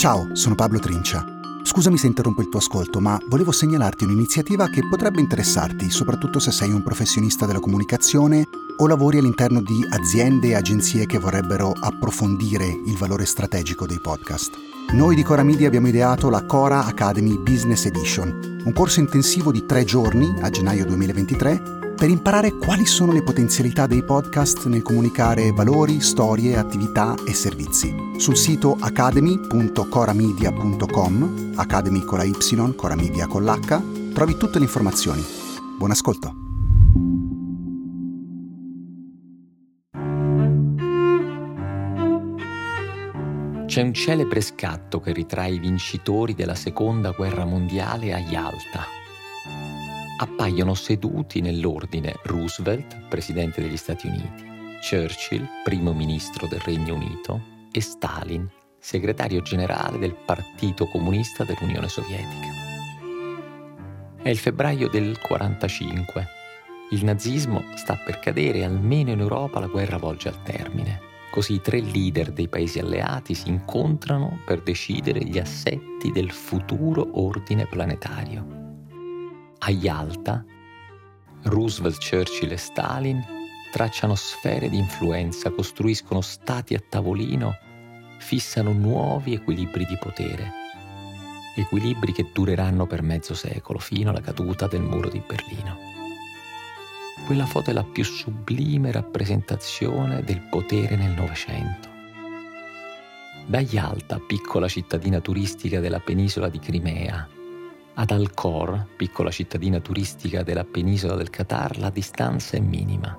Ciao, sono Pablo Trincia. Scusami se interrompo il tuo ascolto, ma volevo segnalarti un'iniziativa che potrebbe interessarti, soprattutto se sei un professionista della comunicazione o lavori all'interno di aziende e agenzie che vorrebbero approfondire il valore strategico dei podcast. Noi di Cora Media abbiamo ideato la Cora Academy Business Edition, un corso intensivo di 3 giorni a gennaio 2023 per imparare quali sono le potenzialità dei podcast nel comunicare valori, storie, attività e servizi. Sul sito academy.coramedia.com, Academy con la Y, Cora Media con l'H, trovi tutte le informazioni. Buon ascolto! C'è un celebre scatto che ritrae i vincitori della Seconda Guerra Mondiale a Yalta. Appaiono seduti nell'ordine Roosevelt, presidente degli Stati Uniti, Churchill, primo ministro del Regno Unito, e Stalin, segretario generale del Partito Comunista dell'Unione Sovietica. È il febbraio del 1945. Il nazismo sta per cadere e almeno in Europa la guerra volge al termine. Così i 3 leader dei paesi alleati si incontrano per decidere gli assetti del futuro ordine planetario. A Yalta, Roosevelt, Churchill e Stalin tracciano sfere di influenza, costruiscono stati a tavolino, fissano nuovi equilibri di potere. Equilibri che dureranno per mezzo secolo, fino alla caduta del muro di Berlino. Quella foto è la più sublime rappresentazione del potere nel Novecento. Da Yalta, piccola cittadina turistica della penisola di Crimea, ad Al-Khor, piccola cittadina turistica della penisola del Qatar, la distanza è minima.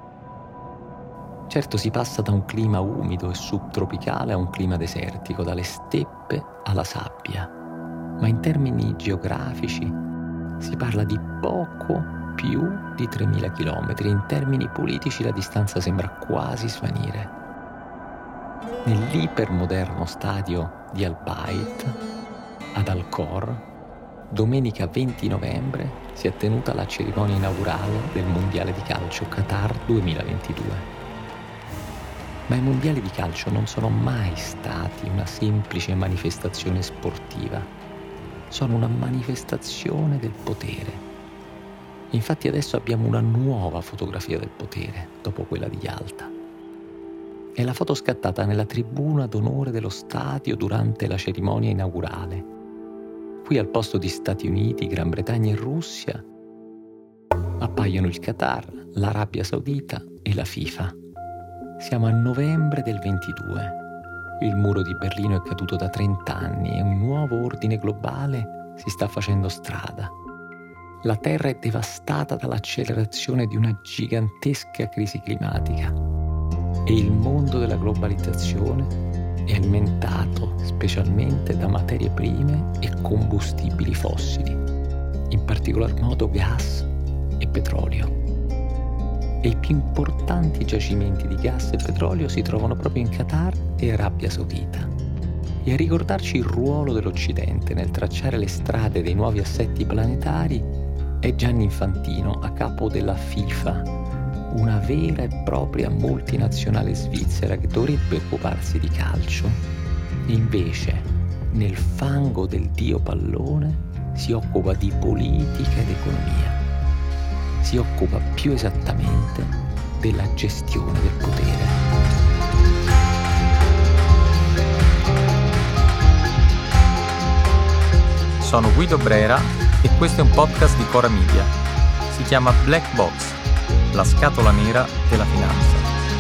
Certo, si passa da un clima umido e subtropicale a un clima desertico, dalle steppe alla sabbia, ma in termini geografici si parla di poco più di 3.000 chilometri. In termini politici la distanza sembra quasi svanire. Nell'ipermoderno stadio di Al-Bayt, ad Al-Khor, domenica 20 novembre si è tenuta la cerimonia inaugurale del Mondiale di calcio Qatar 2022. Ma i mondiali di calcio non sono mai stati una semplice manifestazione sportiva, sono una manifestazione del potere. Infatti adesso abbiamo una nuova fotografia del potere, dopo quella di Yalta. È la foto scattata nella tribuna d'onore dello stadio durante la cerimonia inaugurale. Qui al posto di Stati Uniti, Gran Bretagna e Russia appaiono il Qatar, l'Arabia Saudita e la FIFA. Siamo a novembre del 22. Il muro di Berlino è caduto da 30 anni e un nuovo ordine globale si sta facendo strada. La Terra è devastata dall'accelerazione di una gigantesca crisi climatica e il mondo della globalizzazione è alimentato specialmente da materie prime e combustibili fossili, in particolar modo gas e petrolio. E i più importanti giacimenti di gas e petrolio si trovano proprio in Qatar e Arabia Saudita. E a ricordarci il ruolo dell'Occidente nel tracciare le strade dei nuovi assetti planetari è Gianni Infantino, a capo della FIFA, una vera e propria multinazionale svizzera che dovrebbe occuparsi di calcio e invece nel fango del dio pallone si occupa di politica ed economia. Si occupa più esattamente della gestione del potere. Sono Guido Brera e questo è un podcast di Cora Media. Si chiama Black Box, la scatola nera della finanza.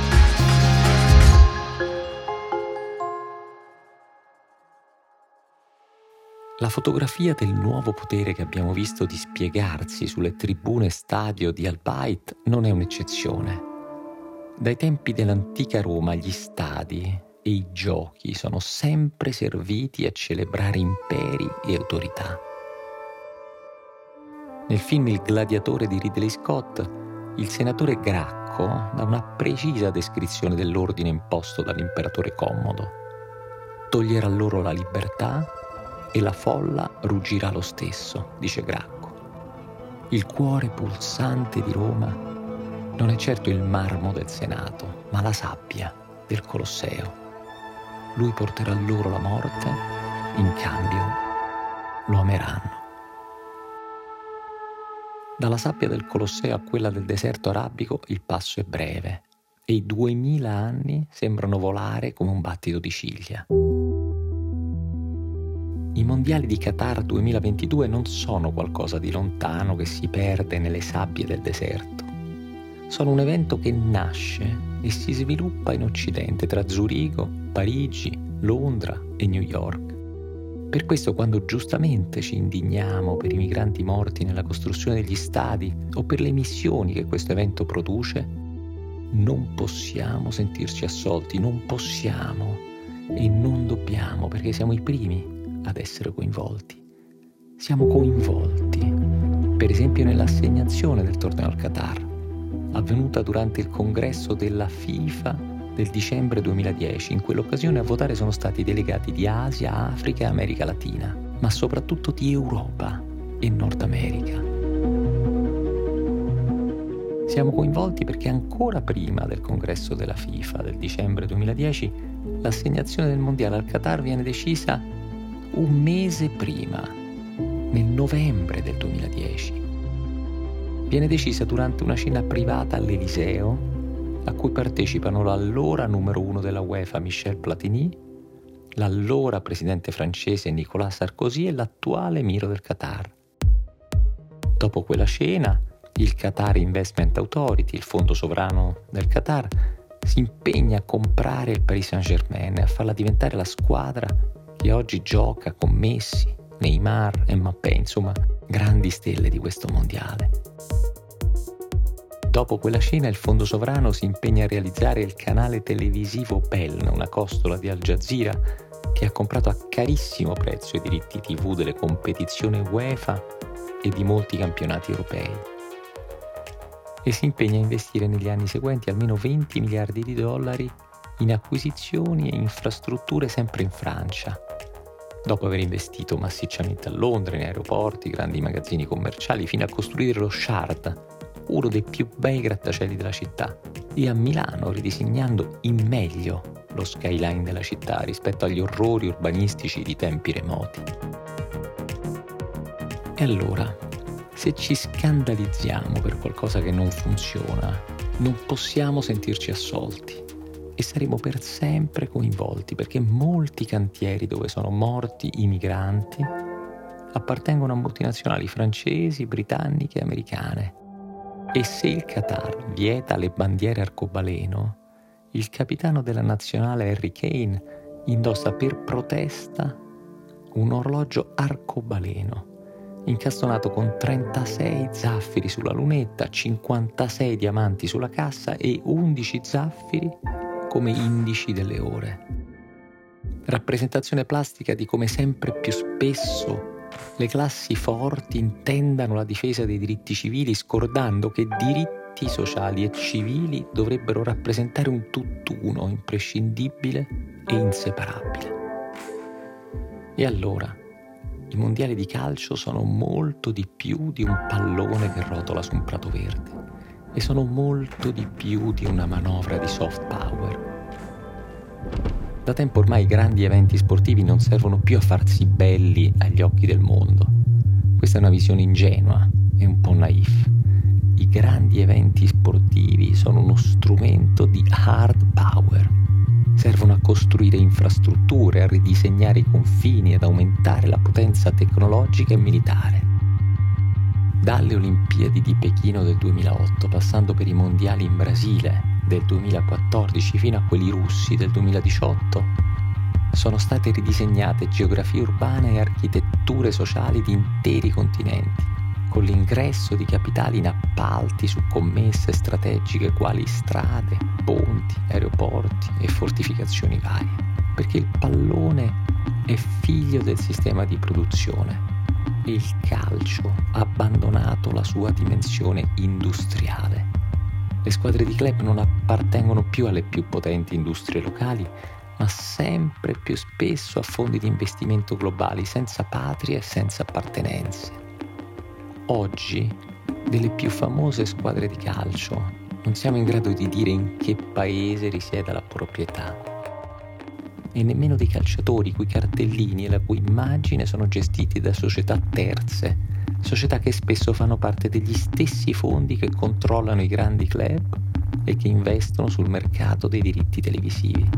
La fotografia del nuovo potere che abbiamo visto dispiegarsi sulle tribune stadio di Al-Bayt non è un'eccezione. Dai tempi dell'antica Roma gli stadi e i giochi sono sempre serviti a celebrare imperi e autorità. Nel film Il gladiatore di Ridley Scott, il senatore Gracco dà una precisa descrizione dell'ordine imposto dall'imperatore Commodo. Toglierà loro la libertà e la folla ruggirà lo stesso, dice Gracco. Il cuore pulsante di Roma non è certo il marmo del Senato, ma la sabbia del Colosseo. Lui porterà loro la morte in cambio lo ameranno. Dalla sabbia del Colosseo a quella del deserto arabico il passo è breve e i 2000 anni sembrano volare come un battito di ciglia. I mondiali di Qatar 2022 non sono qualcosa di lontano che si perde nelle sabbie del deserto. Sono un evento che nasce e si sviluppa in Occidente tra Zurigo, Parigi, Londra e New York. Per questo quando giustamente ci indigniamo per i migranti morti nella costruzione degli stadi o per le emissioni che questo evento produce, non possiamo sentirci assolti, non possiamo e non dobbiamo, perché siamo i primi ad essere coinvolti. Siamo coinvolti, per esempio nell'assegnazione del torneo al Qatar, avvenuta durante il congresso della FIFA del dicembre 2010. In quell'occasione a votare sono stati delegati di Asia, Africa e America Latina, ma soprattutto di Europa e Nord America. Siamo coinvolti perché ancora prima del congresso della FIFA del dicembre 2010 l'assegnazione del mondiale al Qatar viene decisa un mese prima, nel novembre del 2010. Viene decisa durante una cena privata all'Eliseo a cui partecipano l'allora numero 1 della UEFA Michel Platini, l'allora presidente francese Nicolas Sarkozy e l'attuale emiro del Qatar. Dopo quella cena, il Qatar Investment Authority, il fondo sovrano del Qatar, si impegna a comprare il Paris Saint-Germain e a farla diventare la squadra che oggi gioca con Messi, Neymar e Mbappé, insomma, grandi stelle di questo mondiale. Dopo quella cena il fondo sovrano si impegna a realizzare il canale televisivo Beln, una costola di Al Jazeera, che ha comprato a carissimo prezzo i diritti TV delle competizioni UEFA e di molti campionati europei. E si impegna a investire negli anni seguenti almeno 20 miliardi di dollari in acquisizioni e infrastrutture sempre in Francia, dopo aver investito massicciamente a Londra, in aeroporti, grandi magazzini commerciali, fino a costruire lo Shard, uno dei più bei grattacieli della città, e a Milano, ridisegnando in meglio lo skyline della città rispetto agli orrori urbanistici di tempi remoti. E allora, se ci scandalizziamo per qualcosa che non funziona, non possiamo sentirci assolti e saremo per sempre coinvolti, perché molti cantieri dove sono morti i migranti appartengono a multinazionali francesi, britanniche e americane. E se il Qatar vieta le bandiere arcobaleno, il capitano della nazionale Harry Kane indossa per protesta un orologio arcobaleno incastonato con 36 zaffiri sulla lunetta, 56 diamanti sulla cassa e 11 zaffiri come indici delle ore. Rappresentazione plastica di come sempre più spesso le classi forti intendano la difesa dei diritti civili, scordando che diritti sociali e civili dovrebbero rappresentare un tutt'uno imprescindibile e inseparabile. E allora, i mondiali di calcio sono molto di più di un pallone che rotola su un prato verde e sono molto di più di una manovra di soft power. Da tempo ormai i grandi eventi sportivi non servono più a farsi belli agli occhi del mondo. Questa è una visione ingenua e un po' naif. I grandi eventi sportivi sono uno strumento di hard power. Servono a costruire infrastrutture, a ridisegnare i confini, ad aumentare la potenza tecnologica e militare. Dalle Olimpiadi di Pechino del 2008, passando per i mondiali in Brasile del 2014 fino a quelli russi del 2018, sono state ridisegnate geografie urbane e architetture sociali di interi continenti, con l'ingresso di capitali in appalti su commesse strategiche quali strade, ponti, aeroporti e fortificazioni varie, perché il pallone è figlio del sistema di produzione e il calcio ha abbandonato la sua dimensione industriale. Le squadre di club non appartengono più alle più potenti industrie locali, ma sempre più spesso a fondi di investimento globali, senza patrie e senza appartenenze. Oggi, delle più famose squadre di calcio, non siamo in grado di dire in che paese risieda la proprietà. e nemmeno dei calciatori, i cui cartellini e la cui immagine sono gestiti da società terze, società che spesso fanno parte degli stessi fondi che controllano i grandi club e che investono sul mercato dei diritti televisivi.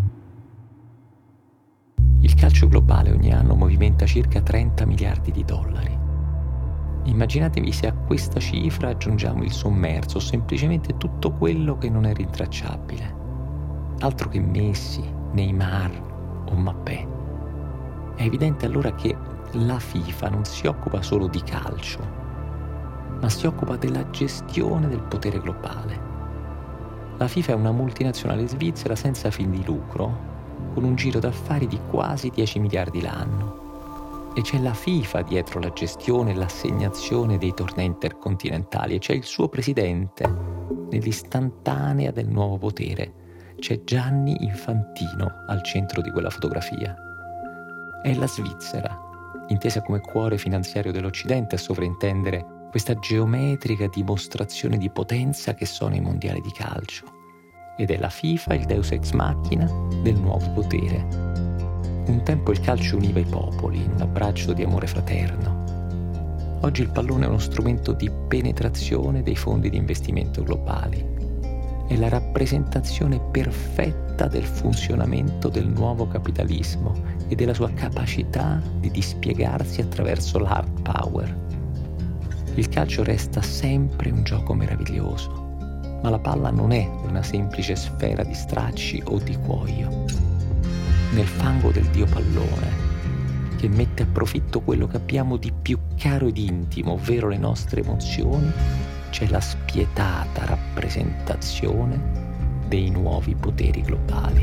Il calcio globale ogni anno movimenta circa 30 miliardi di dollari. Immaginatevi se a questa cifra aggiungiamo il sommerso o semplicemente tutto quello che non è rintracciabile. Altro che Messi, Neymar o Mbappé. È evidente allora che la FIFA non si occupa solo di calcio, ma si occupa della gestione del potere globale. La FIFA è una multinazionale svizzera senza fin di lucro, con un giro d'affari di quasi 10 miliardi l'anno. E c'è la FIFA dietro la gestione e l'assegnazione dei tornei intercontinentali, e c'è il suo presidente nell'istantanea del nuovo potere. C'è Gianni Infantino al centro di quella fotografia. È la Svizzera, intesa come cuore finanziario dell'Occidente, a sovrintendere questa geometrica dimostrazione di potenza che sono i mondiali di calcio. Ed è la FIFA il deus ex machina del nuovo potere. Un tempo il calcio univa i popoli in un abbraccio di amore fraterno. Oggi il pallone è uno strumento di penetrazione dei fondi di investimento globali. È la rappresentazione perfetta del funzionamento del nuovo capitalismo e della sua capacità di dispiegarsi attraverso l'hard power. Il calcio resta sempre un gioco meraviglioso, ma la palla non è una semplice sfera di stracci o di cuoio. Nel fango del dio pallone, che mette a profitto quello che abbiamo di più caro ed intimo, ovvero le nostre emozioni, c'è la spietata rappresentazione dei nuovi poteri globali.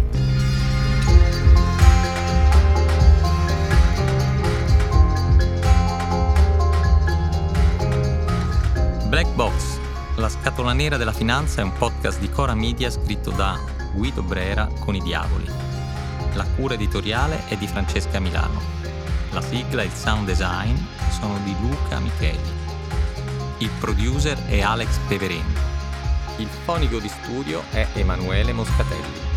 Black Box, la scatola nera della finanza, è un podcast di Cora Media scritto da Guido Brera con i Diavoli. La cura editoriale è di Francesca Milano. La sigla e il sound design sono di Luca Micheli. Il producer è Alex Peverini. Il fonico di studio è Emanuele Moscatelli.